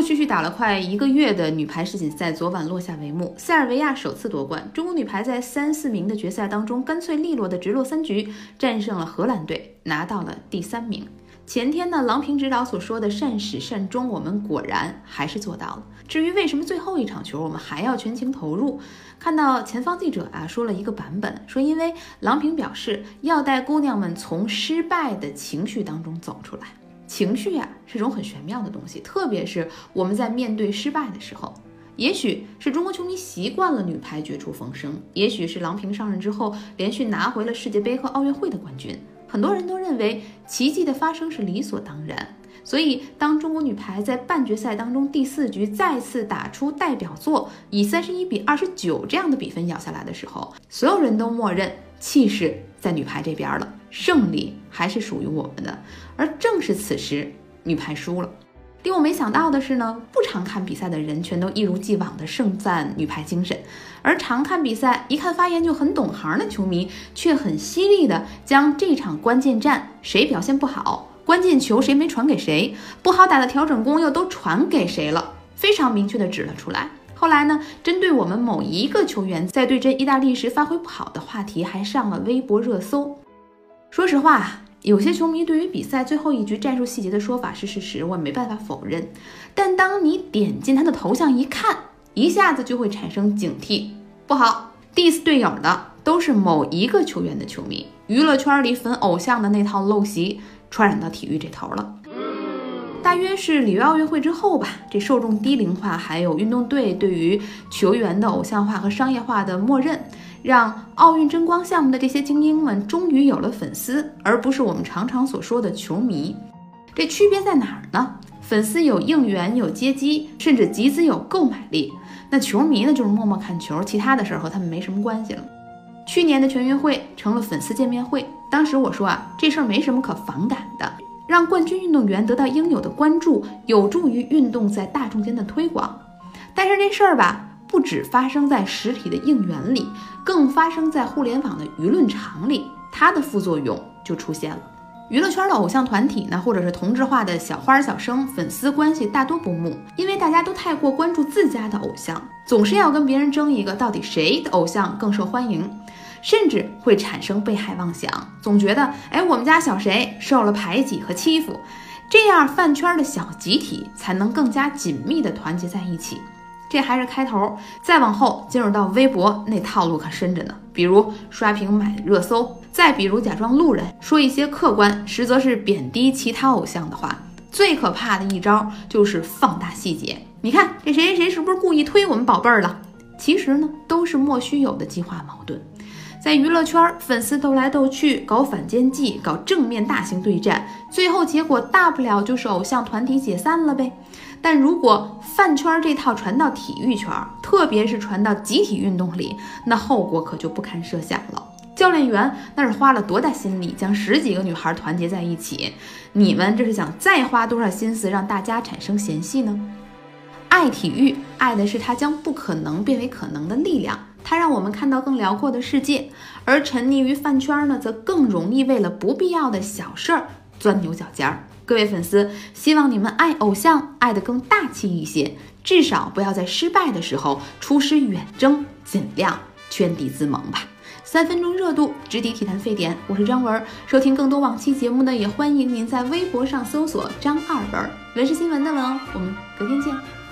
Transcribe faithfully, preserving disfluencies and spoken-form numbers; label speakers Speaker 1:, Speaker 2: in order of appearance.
Speaker 1: 续续打了快一个月的女排世锦赛昨晚落下帷幕，塞尔维亚首次夺冠，中国女排在三四名的决赛当中干脆利落的直落三局，战胜了荷兰队，拿到了第三名。前天呢，郎平指导所说的善始善终，我们果然还是做到了。至于为什么最后一场球我们还要全情投入，看到前方记者啊说了一个版本，说因为郎平表示要带姑娘们从失败的情绪当中走出来。情绪啊是种很玄妙的东西，特别是我们在面对失败的时候，也许是中国球迷习惯了女排绝处逢生，也许是郎平上任之后连续拿回了世界杯和奥运会的冠军，很多人都认为奇迹的发生是理所当然。所以当中国女排在半决赛当中第四局再次打出代表作，以三十一比二十九这样的比分咬下来的时候，所有人都默认气势在女排这边了，胜利还是属于我们的。而正是此时，女排输了。令我没想到的是呢，不常看比赛的人全都一如既往的盛赞女排精神，而常看比赛一看发言就很懂行的球迷却很犀利的将这场关键战谁表现不好，关键球谁没传给谁，不好打的调整攻又都传给谁了，非常明确的指了出来。后来呢，针对我们某一个球员在对阵意大利时发挥不好的话题还上了微博热搜。说实话，有些球迷对于比赛最后一局战术细节的说法是事实，我也没办法否认。但当你点进他的头像一看，一下子就会产生警惕，不好 diss 队友的都是某一个球员的球迷，娱乐圈里粉偶像的那套陋习传染到体育这头了。大约是里约奥运会之后吧，这受众低龄化还有运动队对于球员的偶像化和商业化的默认，让奥运争光项目的这些精英们终于有了粉丝，而不是我们常常所说的球迷。这区别在哪儿呢？粉丝有应援，有接机，甚至集资有购买力。那球迷呢，就是默默看球，其他的事儿和他们没什么关系了。去年的全运会成了粉丝见面会，当时我说啊，这事儿没什么可反感的，让冠军运动员得到应有的关注，有助于运动在大众间的推广。但是这事儿吧，不只发生在实体的应援里，更发生在互联网的舆论场里，它的副作用就出现了。娱乐圈的偶像团体呢，或者是同质化的小花小生，粉丝关系大多不睦，因为大家都太过关注自家的偶像，总是要跟别人争一个到底谁的偶像更受欢迎，甚至会产生被害妄想，总觉得哎，我们家小谁受了排挤和欺负，这样饭圈的小集体才能更加紧密的团结在一起。这还是开头，再往后进入到微博，那套路可深着呢，比如刷屏买热搜，再比如假装路人说一些客观实则是贬低其他偶像的话。最可怕的一招就是放大细节，你看这谁谁谁是不是故意推我们宝贝儿了，其实呢都是莫须有的激化矛盾。在娱乐圈，粉丝斗来斗去，搞反间计，搞正面大型对战，最后结果大不了就是偶像团体解散了呗。但如果饭圈这套传到体育圈，特别是传到集体运动里，那后果可就不堪设想了。教练员那是花了多大心力将十几个女孩团结在一起，你们这是想再花多少心思让大家产生嫌隙呢？爱体育，爱的是它将不可能变为可能的力量，它让我们看到更辽阔的世界。而沉溺于饭圈呢，则更容易为了不必要的小事儿钻牛角尖儿。各位粉丝，希望你们爱偶像爱得更大气一些，至少不要在失败的时候出师远征，尽量圈地自萌吧。三分钟热度，直抵体坛沸点，我是张文。收听更多往期节目呢，也欢迎您在微博上搜索张二文，文是新闻的文哦。我们隔天见。